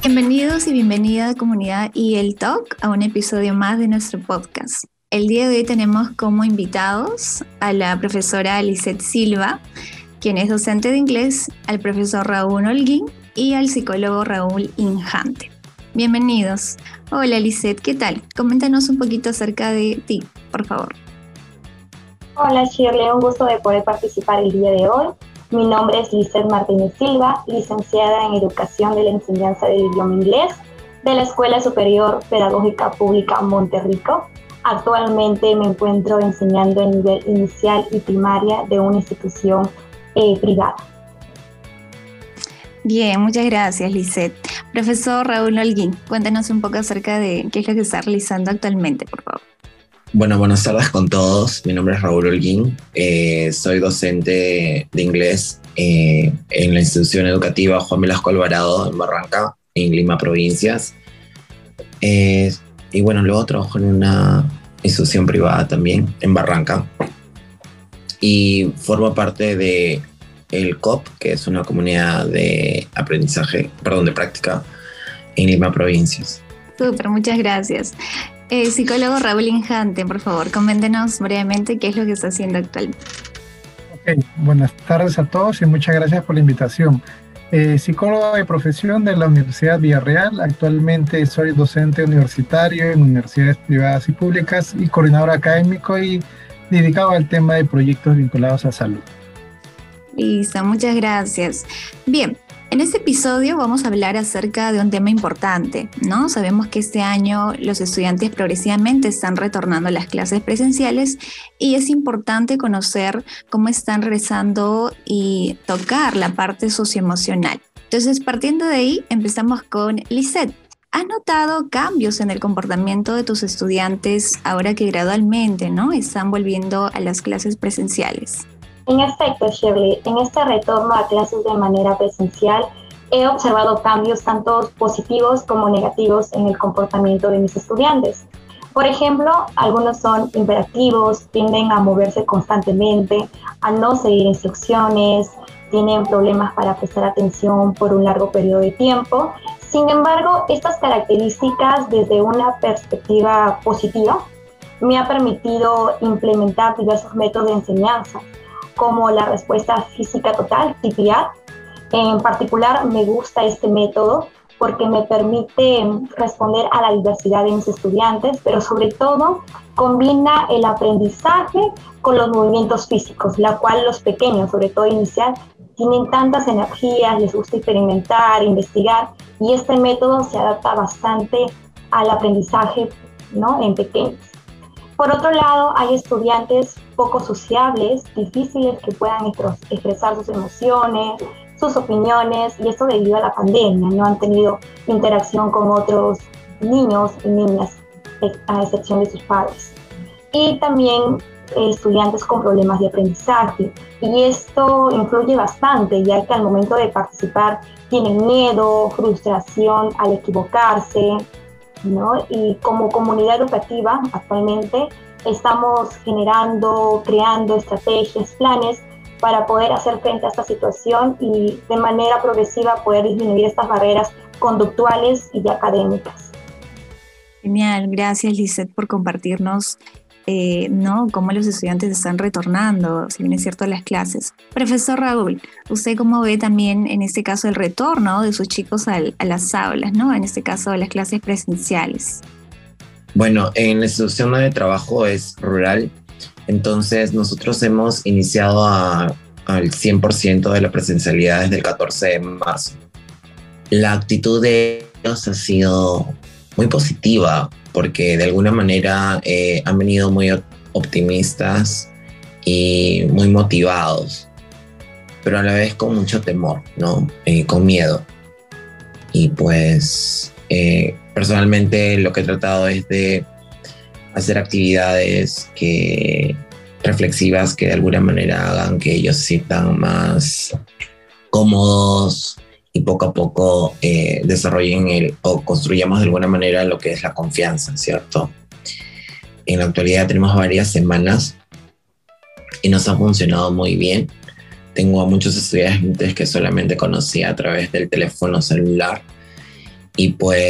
Bienvenidos y bienvenida comunidad y el Talk a un episodio más de nuestro podcast. El día de hoy tenemos como invitados a la profesora Lisette Silva, quien es docente de inglés, al profesor Raúl Holguín y al psicólogo Raúl Injante. Bienvenidos. Hola Lisette, ¿qué tal? Coméntanos un poquito acerca de ti, por favor. Hola Shirley, un gusto de poder participar el día de hoy. Mi nombre es Lisette Martínez Silva, licenciada en Educación de la Enseñanza del Idioma Inglés de la Escuela Superior Pedagógica Pública Monterrico. Actualmente me encuentro enseñando en nivel inicial y primaria de una institución privada. Bien, muchas gracias Lisette. Profesor Raúl Holguín, cuéntanos un poco acerca de qué es lo que está realizando actualmente, por favor. Bueno, buenas tardes con todos. Mi nombre es Raúl Holguín. Soy docente de inglés en la institución educativa Juan Velasco Alvarado en Barranca, en Lima, provincias. Y bueno, luego trabajo en una institución privada también en Barranca. Y formo parte de el COP, que es una comunidad de de práctica en Lima, provincias. Súper, muchas gracias. Psicólogo Raúl Injante, por favor, coméntenos brevemente qué es lo que está haciendo actualmente. Ok, buenas tardes a todos y muchas gracias por la invitación. Psicólogo de profesión de la Universidad Villarreal. Actualmente soy docente universitario en universidades privadas y públicas y coordinador académico y dedicado al tema de proyectos vinculados a salud. Listo, muchas gracias. Bien, en este episodio vamos a hablar acerca de un tema importante, ¿no? Sabemos que este año los estudiantes progresivamente están retornando a las clases presenciales y es importante conocer cómo están regresando y tocar la parte socioemocional. Entonces, partiendo de ahí, empezamos con Lisette. ¿Has notado cambios en el comportamiento de tus estudiantes ahora que gradualmente, ¿no?, están volviendo a las clases presenciales? En efecto, Shirley, en este retorno a clases de manera presencial he observado cambios tanto positivos como negativos en el comportamiento de mis estudiantes. Por ejemplo, algunos son hiperactivos, tienden a moverse constantemente, a no seguir instrucciones, tienen problemas para prestar atención por un largo periodo de tiempo. Sin embargo, estas características desde una perspectiva positiva me ha permitido implementar diversos métodos de enseñanza, como la respuesta física total, TPR. En particular, me gusta este método porque me permite responder a la diversidad de mis estudiantes, pero sobre todo combina el aprendizaje con los movimientos físicos, la cual los pequeños, sobre todo inicial, tienen tantas energías, les gusta experimentar, investigar, y este método se adapta bastante al aprendizaje, ¿no?, en pequeños. Por otro lado, hay estudiantes poco sociables, difíciles que puedan expresar sus emociones, sus opiniones, y esto debido a la pandemia. No han tenido interacción con otros niños y niñas, a excepción de sus padres. Y también estudiantes con problemas de aprendizaje. Y esto influye bastante, ya que al momento de participar tienen miedo, frustración al equivocarse, ¿no? Y como comunidad educativa actualmente estamos creando estrategias, planes para poder hacer frente a esta situación y de manera progresiva poder disminuir estas barreras conductuales y académicas. Genial, gracias Lisette por compartirnos ¿no?, cómo los estudiantes están retornando, si bien es cierto, a las clases. Profesor Raúl, ¿usted cómo ve también en este caso el retorno de sus chicos a las aulas, ¿no?, en este caso a las clases presenciales? Bueno, en la institución de trabajo es rural, entonces nosotros hemos iniciado al 100% de la presencialidad desde el 14 de marzo. La actitud de ellos ha sido muy positiva, porque de alguna manera han venido muy optimistas y muy motivados, pero a la vez con mucho temor, ¿no? Con miedo. Y pues personalmente lo que he tratado es de hacer actividades reflexivas que de alguna manera hagan que ellos se sientan más cómodos y poco a poco desarrollen o construyamos de alguna manera lo que es la confianza, ¿cierto? En la actualidad tenemos varias semanas y nos ha funcionado muy bien. Tengo a muchos estudiantes que solamente conocía a través del teléfono celular y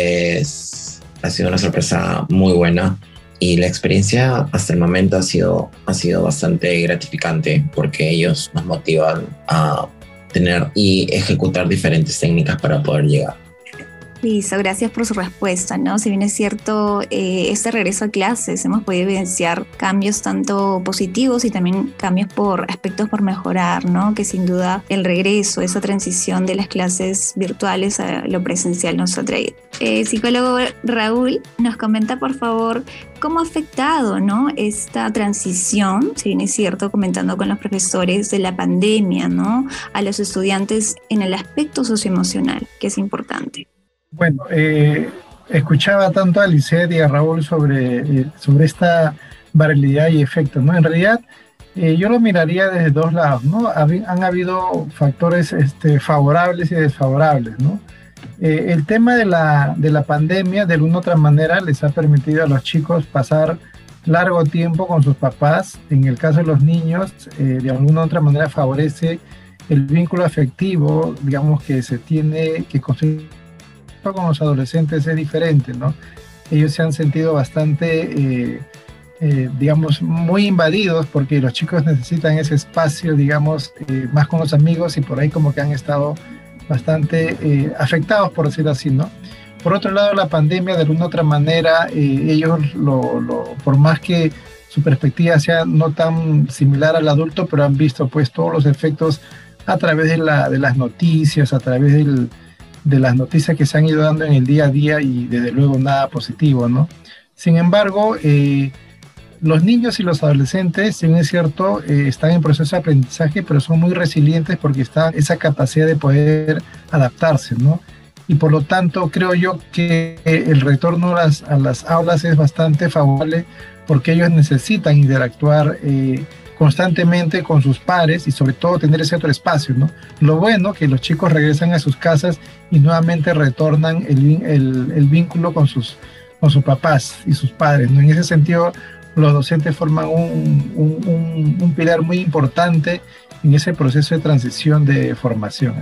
pues ha sido una sorpresa muy buena. Y la experiencia hasta el momento ha sido bastante gratificante porque ellos nos motivan a tener y ejecutar diferentes técnicas para poder llegar. Listo, gracias por su respuesta, ¿no? Si bien es cierto, este regreso a clases hemos podido evidenciar cambios tanto positivos y también cambios por aspectos por mejorar, ¿no? Que sin duda el regreso, esa transición de las clases virtuales a lo presencial nos ha traído. Psicólogo Raúl, nos comenta por favor cómo ha afectado, ¿no?, esta transición, si bien es cierto, comentando con los profesores de la pandemia, ¿no?, a los estudiantes en el aspecto socioemocional, que es importante. Bueno, escuchaba tanto a Lisette y a Raúl sobre esta variabilidad y efectos, ¿no? En realidad, yo lo miraría desde dos lados, ¿no? Han habido factores favorables y desfavorables, ¿no? El tema de la pandemia, de alguna u otra manera, les ha permitido a los chicos pasar largo tiempo con sus papás. En el caso de los niños, de alguna u otra manera favorece el vínculo afectivo, digamos, que se tiene que construir con los adolescentes es diferente, ¿no? Ellos se han sentido bastante, digamos, muy invadidos porque los chicos necesitan ese espacio, digamos, más con los amigos y por ahí como que han estado bastante afectados, por decirlo así, ¿no? Por otro lado, la pandemia, de alguna otra manera, ellos, por más que su perspectiva sea no tan similar al adulto, pero han visto pues todos los efectos a través de las noticias, a través de las noticias que se han ido dando en el día a día y desde luego nada positivo, ¿no? Sin embargo, los niños y los adolescentes, si bien es cierto, están en proceso de aprendizaje, pero son muy resilientes porque está esa capacidad de poder adaptarse, ¿no? Y por lo tanto creo yo que el retorno a las aulas es bastante favorable porque ellos necesitan interactuar constantemente con sus pares y sobre todo tener ese otro espacio, ¿no? Lo bueno que los chicos regresan a sus casas y nuevamente retornan el vínculo con sus papás y sus padres, ¿no? En ese sentido, los docentes forman un pilar muy importante en ese proceso de transición de formación.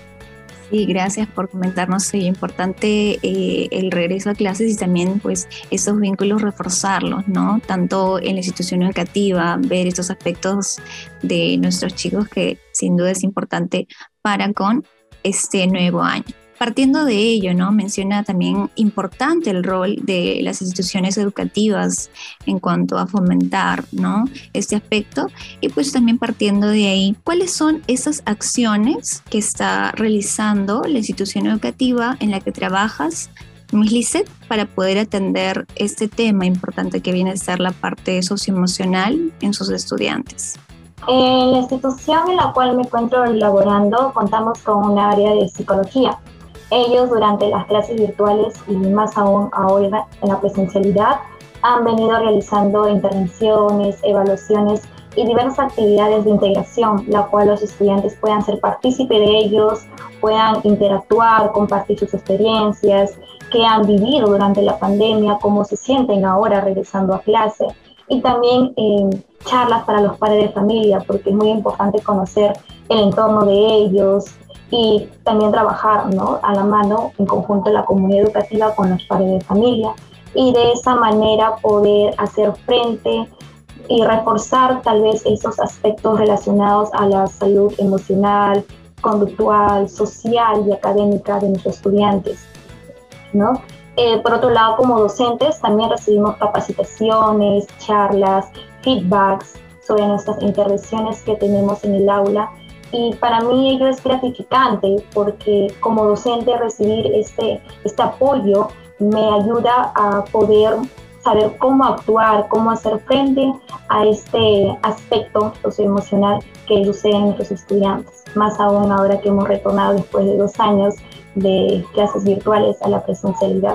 Sí, gracias por comentarnos. Es importante el regreso a clases y también pues esos vínculos reforzarlos, ¿no? Tanto en la institución educativa, ver estos aspectos de nuestros chicos que sin duda es importante para con este nuevo año. Partiendo de ello, ¿no?, menciona también importante el rol de las instituciones educativas en cuanto a fomentar, ¿no?, este aspecto. Y pues también partiendo de ahí, ¿cuáles son esas acciones que está realizando la institución educativa en la que trabajas, Miss Lisette, para poder atender este tema importante que viene a ser la parte socioemocional en sus estudiantes? En la institución en la cual me encuentro laborando, contamos con un área de psicología. Ellos durante las clases virtuales y más aún ahora en la presencialidad han venido realizando intervenciones, evaluaciones y diversas actividades de integración, la cual los estudiantes puedan ser partícipes de ellos, puedan interactuar, compartir sus experiencias, que han vivido durante la pandemia, cómo se sienten ahora regresando a clase. Y también charlas para los padres de familia, porque es muy importante conocer el entorno de ellos, y también trabajar, ¿no?, a la mano en conjunto la comunidad educativa con los padres de familia y de esa manera poder hacer frente y reforzar tal vez esos aspectos relacionados a la salud emocional, conductual, social y académica de nuestros estudiantes, ¿no? Por otro lado, como docentes también recibimos capacitaciones, charlas, feedbacks sobre nuestras intervenciones que tenemos en el aula. Y para mí ello es gratificante porque como docente recibir este apoyo me ayuda a poder saber cómo actuar, cómo hacer frente a este aspecto socioemocional que sucede en nuestros estudiantes. Más aún ahora que hemos retornado después de 2 años de clases virtuales a la presencialidad.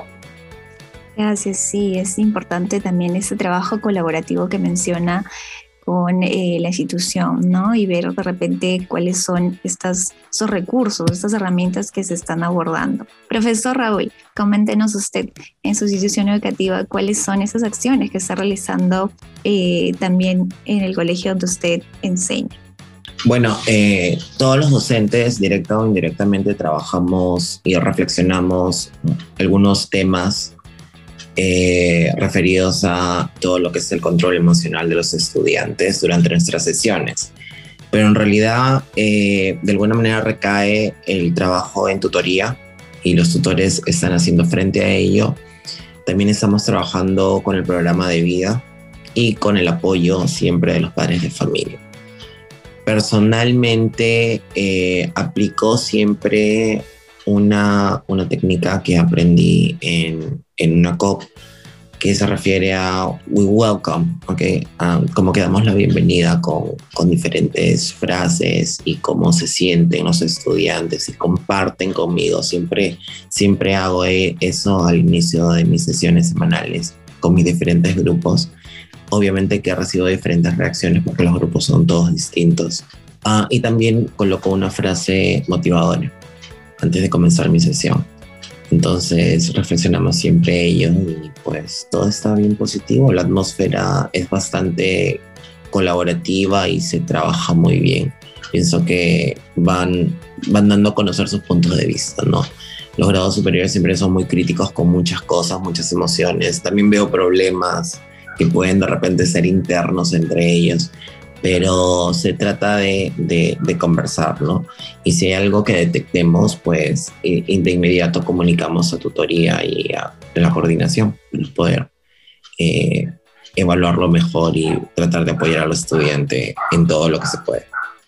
Gracias, sí, es importante también ese trabajo colaborativo que menciona con la institución, ¿no? Y ver de repente cuáles son esos recursos, estas herramientas que se están abordando. Profesor Raúl, coméntenos usted en su institución educativa cuáles son esas acciones que está realizando también en el colegio donde usted enseña. Bueno, todos los docentes, directa o indirectamente, trabajamos y reflexionamos algunos temas referidos a todo lo que es el control emocional de los estudiantes durante nuestras sesiones. Pero en realidad, de alguna manera recae el trabajo en tutoría y los tutores están haciendo frente a ello. También estamos trabajando con el programa de vida y con el apoyo siempre de los padres de familia. Personalmente aplico siempre una técnica que aprendí en una COP que se refiere a we welcome, ¿okay? Como que damos la bienvenida con diferentes frases y cómo se sienten los estudiantes y comparten conmigo. Siempre hago eso al inicio de mis sesiones semanales con mis diferentes grupos. Obviamente que recibo diferentes reacciones porque los grupos son todos distintos. Y también coloco una frase motivadora antes de comenzar mi sesión. Entonces reflexionamos siempre ello y pues todo está bien positivo. La atmósfera es bastante colaborativa y se trabaja muy bien. Pienso que van dando a conocer sus puntos de vista, ¿no? Los grados superiores siempre son muy críticos con muchas cosas, muchas emociones. También veo problemas que pueden de repente ser internos entre ellos, pero se trata de conversar, ¿no? Y si hay algo que detectemos, pues de inmediato comunicamos a tutoría y a la coordinación para poder evaluarlo mejor y tratar de apoyar al estudiante en todo lo que se puede.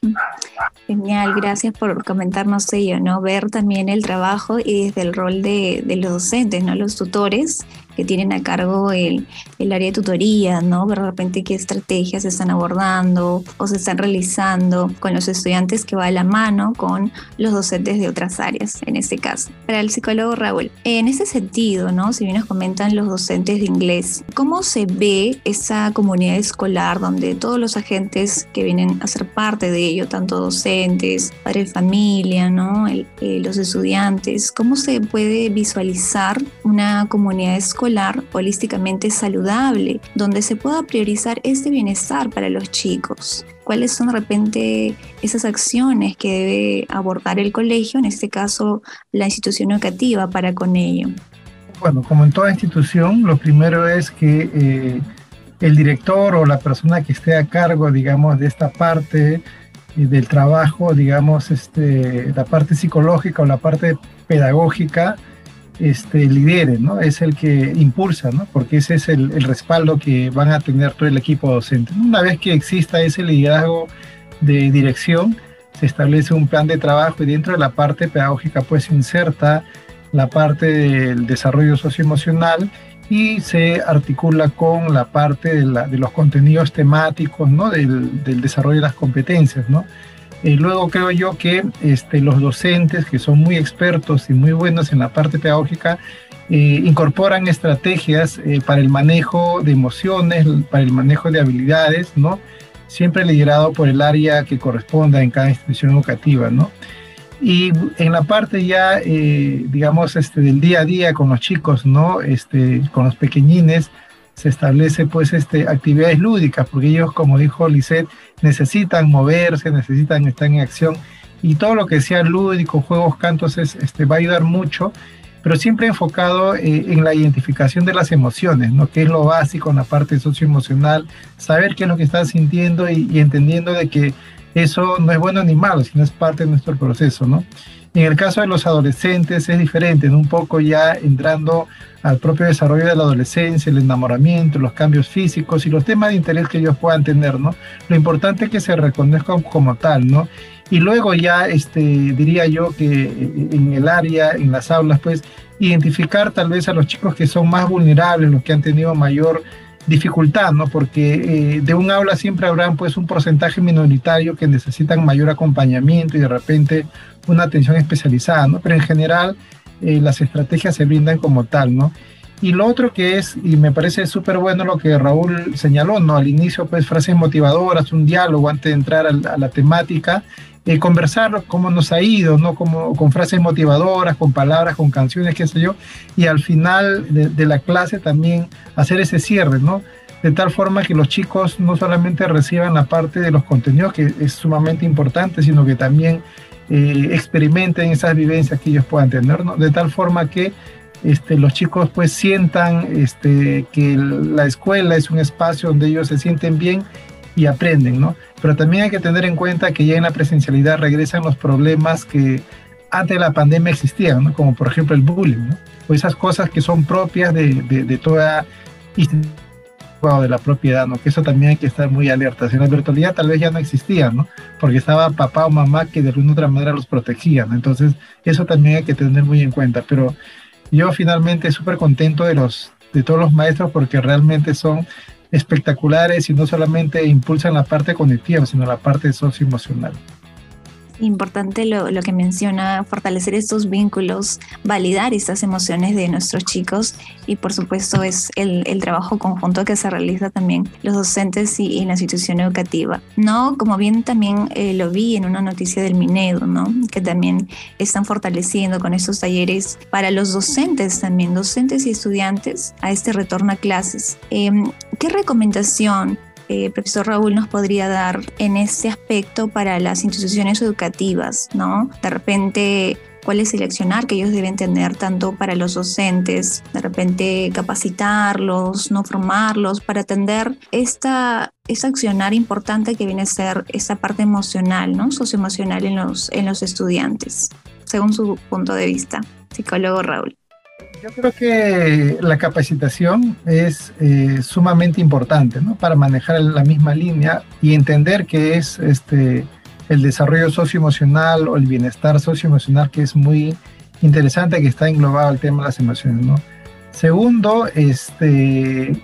Genial, gracias por comentarnos ello, ¿no? Ver también el trabajo y desde el rol de los docentes, ¿no? Los tutores que tienen a cargo el área de tutoría, ¿no? Ver de repente qué estrategias se están abordando o se están realizando con los estudiantes que va a la mano con los docentes de otras áreas, en este caso. Para el psicólogo Raúl, en ese sentido, ¿no? Si bien nos comentan los docentes de inglés, ¿cómo se ve esa comunidad escolar donde todos los agentes que vienen a ser parte de ello, tanto docentes, padres de familia, ¿no? Los estudiantes, ¿cómo se puede visualizar una comunidad escolar holísticamente saludable, donde se pueda priorizar este bienestar para los chicos? ¿Cuáles son de repente esas acciones que debe abordar el colegio, en este caso la institución educativa, para con ello? Bueno, como en toda institución, lo primero es que el director o la persona que esté a cargo, digamos, de esta parte del trabajo, digamos, la parte psicológica o la parte pedagógica, lidere, ¿no? Es el que impulsa, ¿no? Porque ese es el respaldo que van a tener todo el equipo docente. Una vez que exista ese liderazgo de dirección, se establece un plan de trabajo y dentro de la parte pedagógica pues se inserta la parte del desarrollo socioemocional y se articula con la parte de los contenidos temáticos, ¿no? Del desarrollo de las competencias, ¿no? Luego creo yo que los docentes, que son muy expertos y muy buenos en la parte pedagógica, incorporan estrategias para el manejo de emociones, para el manejo de habilidades, ¿no? Siempre liderado por el área que corresponda en cada institución educativa, ¿no? Y en la parte ya, digamos, del día a día con los chicos, ¿no? Con los pequeñines, se establece pues actividades lúdicas, porque ellos, como dijo Lisette, necesitan moverse, necesitan estar en acción, y todo lo que sea lúdico, juegos, cantos, va a ayudar mucho, pero siempre enfocado en la identificación de las emociones, ¿no? Que es lo básico en la parte socioemocional, saber qué es lo que están sintiendo y entendiendo de que eso no es bueno ni malo, sino es parte de nuestro proceso, ¿no? En el caso de los adolescentes es diferente, ¿no? Un poco ya entrando al propio desarrollo de la adolescencia, el enamoramiento, los cambios físicos y los temas de interés que ellos puedan tener, ¿no? Lo importante es que se reconozcan como tal, ¿no? Y luego ya, diría yo que en el área, en las aulas, pues, identificar tal vez a los chicos que son más vulnerables, los que han tenido mayor dificultad, ¿no? Porque de un aula siempre habrán pues un porcentaje minoritario que necesitan mayor acompañamiento y de repente una atención especializada, ¿no? Pero en general las estrategias se brindan como tal, ¿no? Y lo otro que es, y me parece súper bueno lo que Raúl señaló, ¿no? Al inicio pues frases motivadoras, un diálogo antes de entrar a la temática, conversar cómo nos ha ido, ¿no? Como, con frases motivadoras, con palabras, con canciones, qué sé yo, y al final de la clase también hacer ese cierre, ¿no? de tal forma que los chicos no solamente reciban la parte de los contenidos, que es sumamente importante, sino que también experimenten esas vivencias que ellos puedan tener, ¿no? De tal forma que los chicos pues sientan que la escuela es un espacio donde ellos se sienten bien y aprenden, ¿no? Pero también hay que tener en cuenta que ya en la presencialidad regresan los problemas que antes de la pandemia existían, ¿no? Como por ejemplo el bullying, ¿no? O esas cosas que son propias de toda institución de la propiedad, ¿no? Que eso también hay que estar muy alertas. En la virtualidad tal vez ya no existía, ¿no? Porque estaba papá o mamá que de alguna otra manera los protegían, ¿no? Entonces eso también hay que tener muy en cuenta. Pero yo finalmente súper contento de todos los maestros porque realmente son espectaculares y no solamente impulsan la parte cognitiva, sino la parte socioemocional. Importante lo que menciona, fortalecer estos vínculos, validar estas emociones de nuestros chicos y por supuesto es el trabajo conjunto que se realiza también los docentes y la institución educativa, ¿no? Como bien también lo vi en una noticia del Minedu, ¿no? Que también están fortaleciendo con estos talleres para los docentes también, docentes y estudiantes a este retorno a clases. ¿Qué recomendación profesor Raúl nos podría dar en este aspecto para las instituciones educativas, ¿no? De repente, ¿cuál es el accionar que ellos deben tener tanto para los docentes? De repente, capacitarlos, no formarlos, para atender esta accionar importante que viene a ser esa parte emocional, ¿no? Socioemocional en los estudiantes, según su punto de vista. Psicólogo Raúl. Yo creo que la capacitación es sumamente importante, ¿no? Para manejar la misma línea y entender que es el desarrollo socioemocional o el bienestar socioemocional, que es muy interesante, que está englobado el tema de las emociones, ¿no? Segundo, que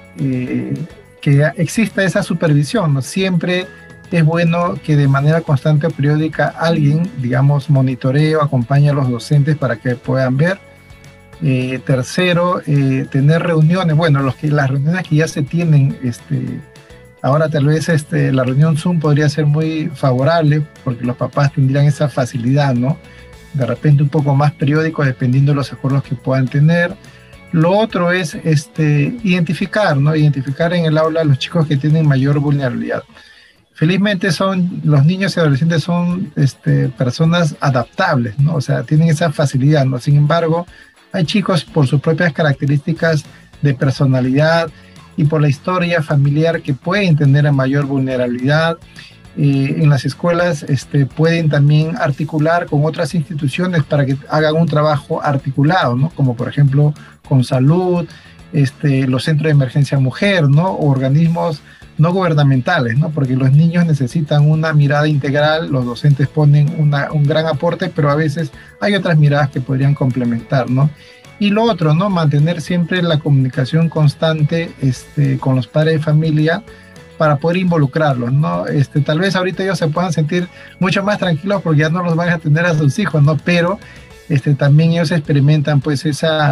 exista esa supervisión, ¿no? Siempre es bueno que de manera constante o periódica alguien, digamos, monitoree o acompañe a los docentes para que puedan ver. Tercero, tener reuniones, bueno, las reuniones que ya se tienen, ahora tal vez la reunión Zoom podría ser muy favorable porque los papás tendrían esa facilidad, ¿no? De repente un poco más periódico dependiendo de los acuerdos que puedan tener. Lo otro es identificar, ¿no? Identificar en el aula a los chicos que tienen mayor vulnerabilidad. Felizmente los niños y adolescentes son personas adaptables, ¿no? O sea, tienen esa facilidad, ¿no? Sin embargo, hay chicos por sus propias características de personalidad y por la historia familiar que pueden tener mayor vulnerabilidad. En las escuelas pueden también articular con otras instituciones para que hagan un trabajo articulado, ¿no? Como por ejemplo con salud, los centros de emergencia mujer, ¿no? O organismos no gubernamentales, ¿no? Porque los niños necesitan una mirada integral, los docentes ponen un gran aporte, pero a veces hay otras miradas que podrían complementar, ¿no? Y lo otro, ¿no? Mantener siempre la comunicación constante con los padres de familia para poder involucrarlos, ¿no? Tal vez ahorita ellos se puedan sentir mucho más tranquilos porque ya no los van a tener a sus hijos, ¿no? Pero también ellos experimentan pues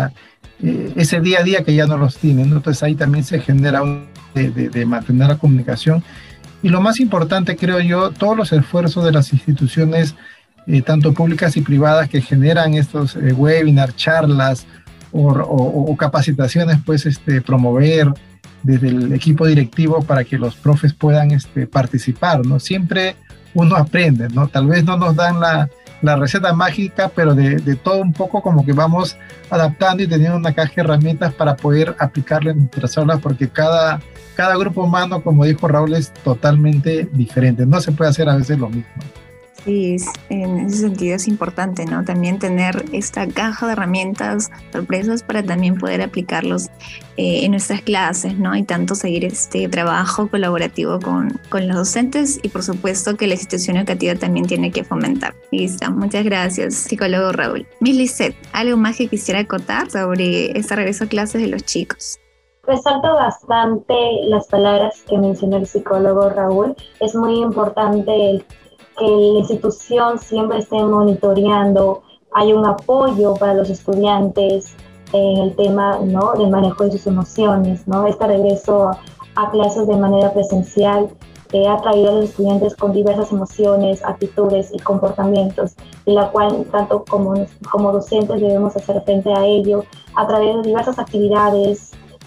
ese día a día que ya no los tienen, ¿no? Entonces ahí también se genera de mantener la comunicación. Y lo más importante, creo yo, todos los esfuerzos de las instituciones, tanto públicas y privadas, que generan estos webinars, charlas o capacitaciones, pues promover desde el equipo directivo para que los profes puedan participar, ¿no? Siempre uno aprende, ¿no? Tal vez no nos dan la receta mágica, pero de todo un poco como que vamos adaptando y teniendo una caja de herramientas para poder aplicarlo en nuestras aulas, porque cada grupo humano, como dijo Raúl, es totalmente diferente. No se puede hacer a veces lo mismo. Sí, en ese sentido es importante, ¿no? También tener esta caja de herramientas, sorpresas para también poder aplicarlos en nuestras clases, ¿no? Y tanto seguir este trabajo colaborativo con los docentes y por supuesto que la institución educativa también tiene que fomentar. Listo, muchas gracias, psicólogo Raúl. Miss Lisette, ¿algo más que quisiera acotar sobre este regreso a clases de los chicos? Resalto bastante las palabras que mencionó el psicólogo Raúl. Es muy importante que la institución siempre esté monitoreando, hay un apoyo para los estudiantes en el tema, ¿no?, del manejo de sus emociones, ¿no? Este regreso a clases de manera presencial ha traído a los estudiantes con diversas emociones, actitudes y comportamientos, y la cual tanto como docentes debemos hacer frente a ello a través de diversas actividades,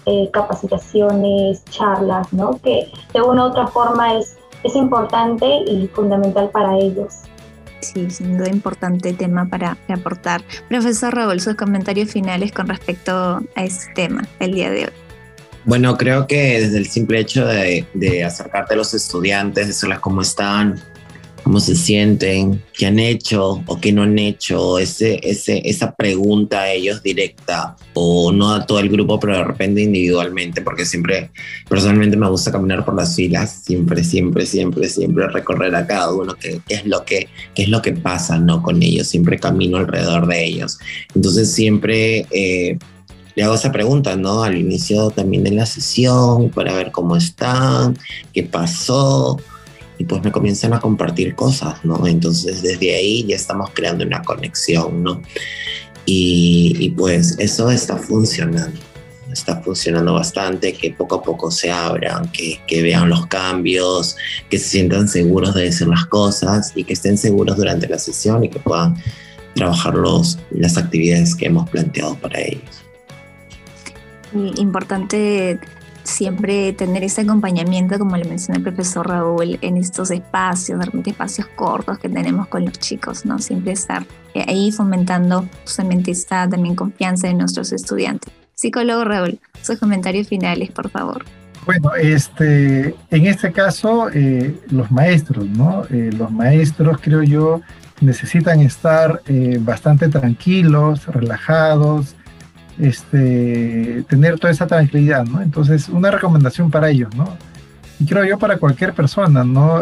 capacitaciones, charlas, ¿no? Que de una u otra forma es importante y fundamental para ellos. Sí, sin duda importante tema para aportar. Profesor Raúl, sus comentarios finales con respecto a este tema el día de hoy. Bueno, creo que desde el simple hecho de acercarte a los estudiantes, decirles cómo están, cómo se sienten, qué han hecho o qué no han hecho, esa pregunta a ellos directa, o no a todo el grupo, pero de repente individualmente, porque siempre, personalmente me gusta caminar por las filas, siempre recorrer a cada uno qué es lo que pasa, ¿no? Con ellos, siempre camino alrededor de ellos. Entonces siempre le hago esa pregunta, ¿no? Al inicio también de la sesión, para ver cómo están, qué pasó, y pues me comienzan a compartir cosas, ¿no? Entonces desde ahí ya estamos creando una conexión, ¿no? Y pues eso está funcionando bastante, que poco a poco se abran, que vean los cambios, que se sientan seguros de decir las cosas y que estén seguros durante la sesión y que puedan trabajar las actividades que hemos planteado para ellos. Importante siempre tener ese acompañamiento, como le mencionó el profesor Raúl, en estos espacios, realmente espacios cortos que tenemos con los chicos, ¿no? Siempre estar ahí fomentando justamente esta también confianza en nuestros estudiantes. Psicólogo Raúl, sus comentarios finales, por favor. Bueno, en este caso, los maestros, ¿no? Los maestros, creo yo, necesitan estar bastante tranquilos, relajados, tener toda esa tranquilidad, ¿no? Entonces, una recomendación para ellos, ¿no? Y creo yo para cualquier persona, ¿no?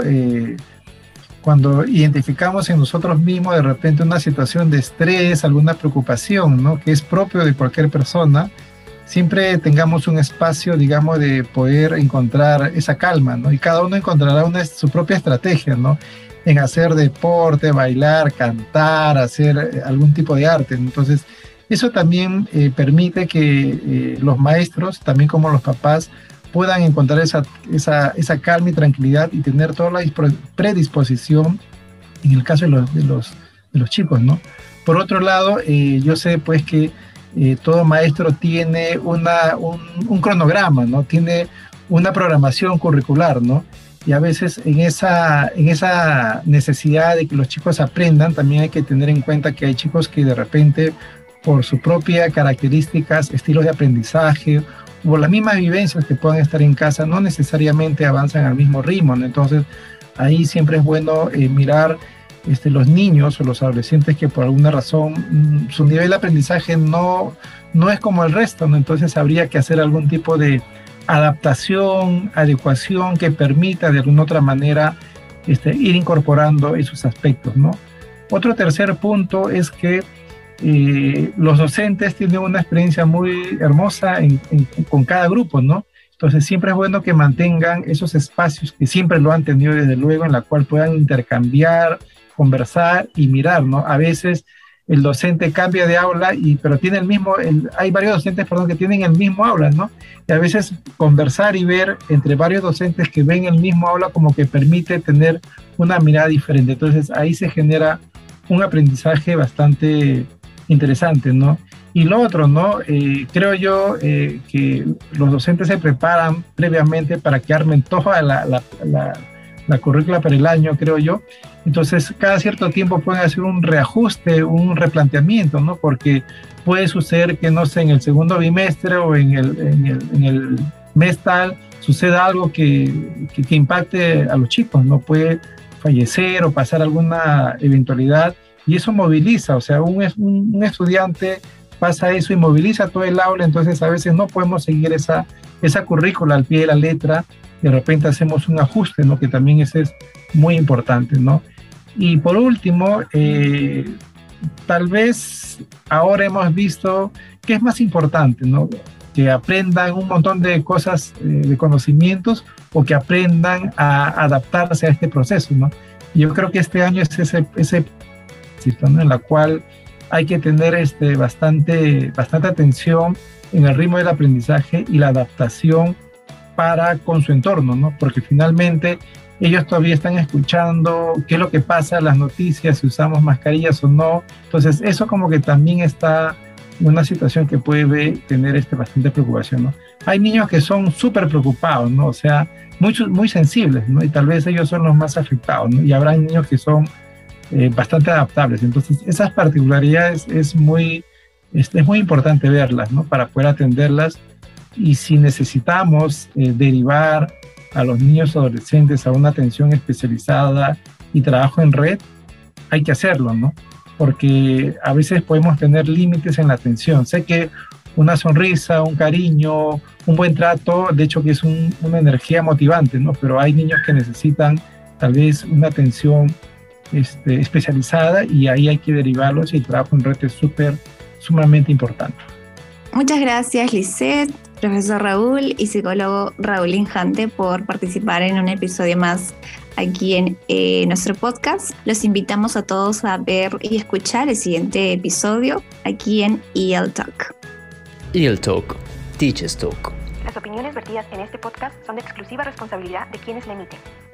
Cuando identificamos en nosotros mismos de repente una situación de estrés, alguna preocupación, ¿no? Que es propio de cualquier persona, siempre tengamos un espacio, digamos, de poder encontrar esa calma, ¿no? Y cada uno encontrará su propia estrategia, ¿no? En hacer deporte, bailar, cantar, hacer algún tipo de arte. Entonces, eso también permite que los maestros, también como los papás, puedan encontrar esa calma y tranquilidad y tener toda la predisposición en el caso de los chicos, ¿no? Por otro lado, yo sé pues que todo maestro tiene un cronograma, ¿no? Tiene una programación curricular, ¿no? Y a veces en esa necesidad de que los chicos aprendan, también hay que tener en cuenta que hay chicos que de repente, por sus propias características, estilos de aprendizaje o las mismas vivencias que puedan estar en casa, no necesariamente avanzan al mismo ritmo, ¿no? Entonces, ahí siempre es bueno mirar los niños o los adolescentes que por alguna razón su nivel de aprendizaje no es como el resto, ¿no? Entonces, habría que hacer algún tipo de adaptación, adecuación que permita de alguna otra manera ir incorporando esos aspectos, ¿no? Otro tercer punto es que los docentes tienen una experiencia muy hermosa con cada grupo, ¿no? Entonces siempre es bueno que mantengan esos espacios que siempre lo han tenido desde luego, en la cual puedan intercambiar, conversar y mirar, ¿no? A veces el docente cambia de aula, pero tiene hay varios docentes, que tienen el mismo aula, ¿no? Y a veces conversar y ver entre varios docentes que ven el mismo aula como que permite tener una mirada diferente. Entonces ahí se genera un aprendizaje bastante interesante, ¿no? Y lo otro, ¿no? Creo yo que los docentes se preparan previamente para que armen toda la currícula para el año, creo yo. Entonces, cada cierto tiempo pueden hacer un reajuste, un replanteamiento, ¿no? Porque puede suceder que, no sé, en el segundo bimestre o en el mes tal, suceda algo que impacte a los chicos, ¿no? Puede fallecer o pasar alguna eventualidad, y eso moviliza, o sea, un estudiante pasa eso y moviliza todo el aula. Entonces a veces no podemos seguir esa currícula al pie de la letra, de repente hacemos un ajuste, ¿no? Que también ese es muy importante, ¿no? Y por último, tal vez ahora hemos visto que es más importante, ¿no? Que aprendan un montón de cosas, de conocimientos, o que aprendan a adaptarse a este proceso, ¿no? Y yo creo que este año es ese ¿no? En la cual hay que tener bastante atención en el ritmo del aprendizaje y la adaptación con su entorno, ¿no? Porque finalmente ellos todavía están escuchando qué es lo que pasa en las noticias, si usamos mascarillas o no. Entonces eso como que también está una situación que puede tener bastante preocupación, ¿no? Hay niños que son súper preocupados, ¿no? O sea, muy sensibles, ¿no? Y tal vez ellos son los más afectados, ¿no? Y habrá niños que son bastante adaptables. Entonces, esas particularidades es muy importante verlas, ¿no? Para poder atenderlas. Y si necesitamos derivar a los niños o adolescentes a una atención especializada y trabajo en red, hay que hacerlo, ¿no? Porque a veces podemos tener límites en la atención. Sé que una sonrisa, un cariño, un buen trato, de hecho que es una energía motivante, ¿no? Pero hay niños que necesitan tal vez una atención especializada y ahí hay que derivarlos y el trabajo en red es sumamente importante. Muchas gracias, Lisette, profesor Raúl y psicólogo Raúl Injante por participar en un episodio más aquí en nuestro podcast. Los invitamos a todos a ver y escuchar el siguiente episodio aquí en EL Talk. EL Talk, Teachers Talk. Las opiniones vertidas en este podcast son de exclusiva responsabilidad de quienes la emiten.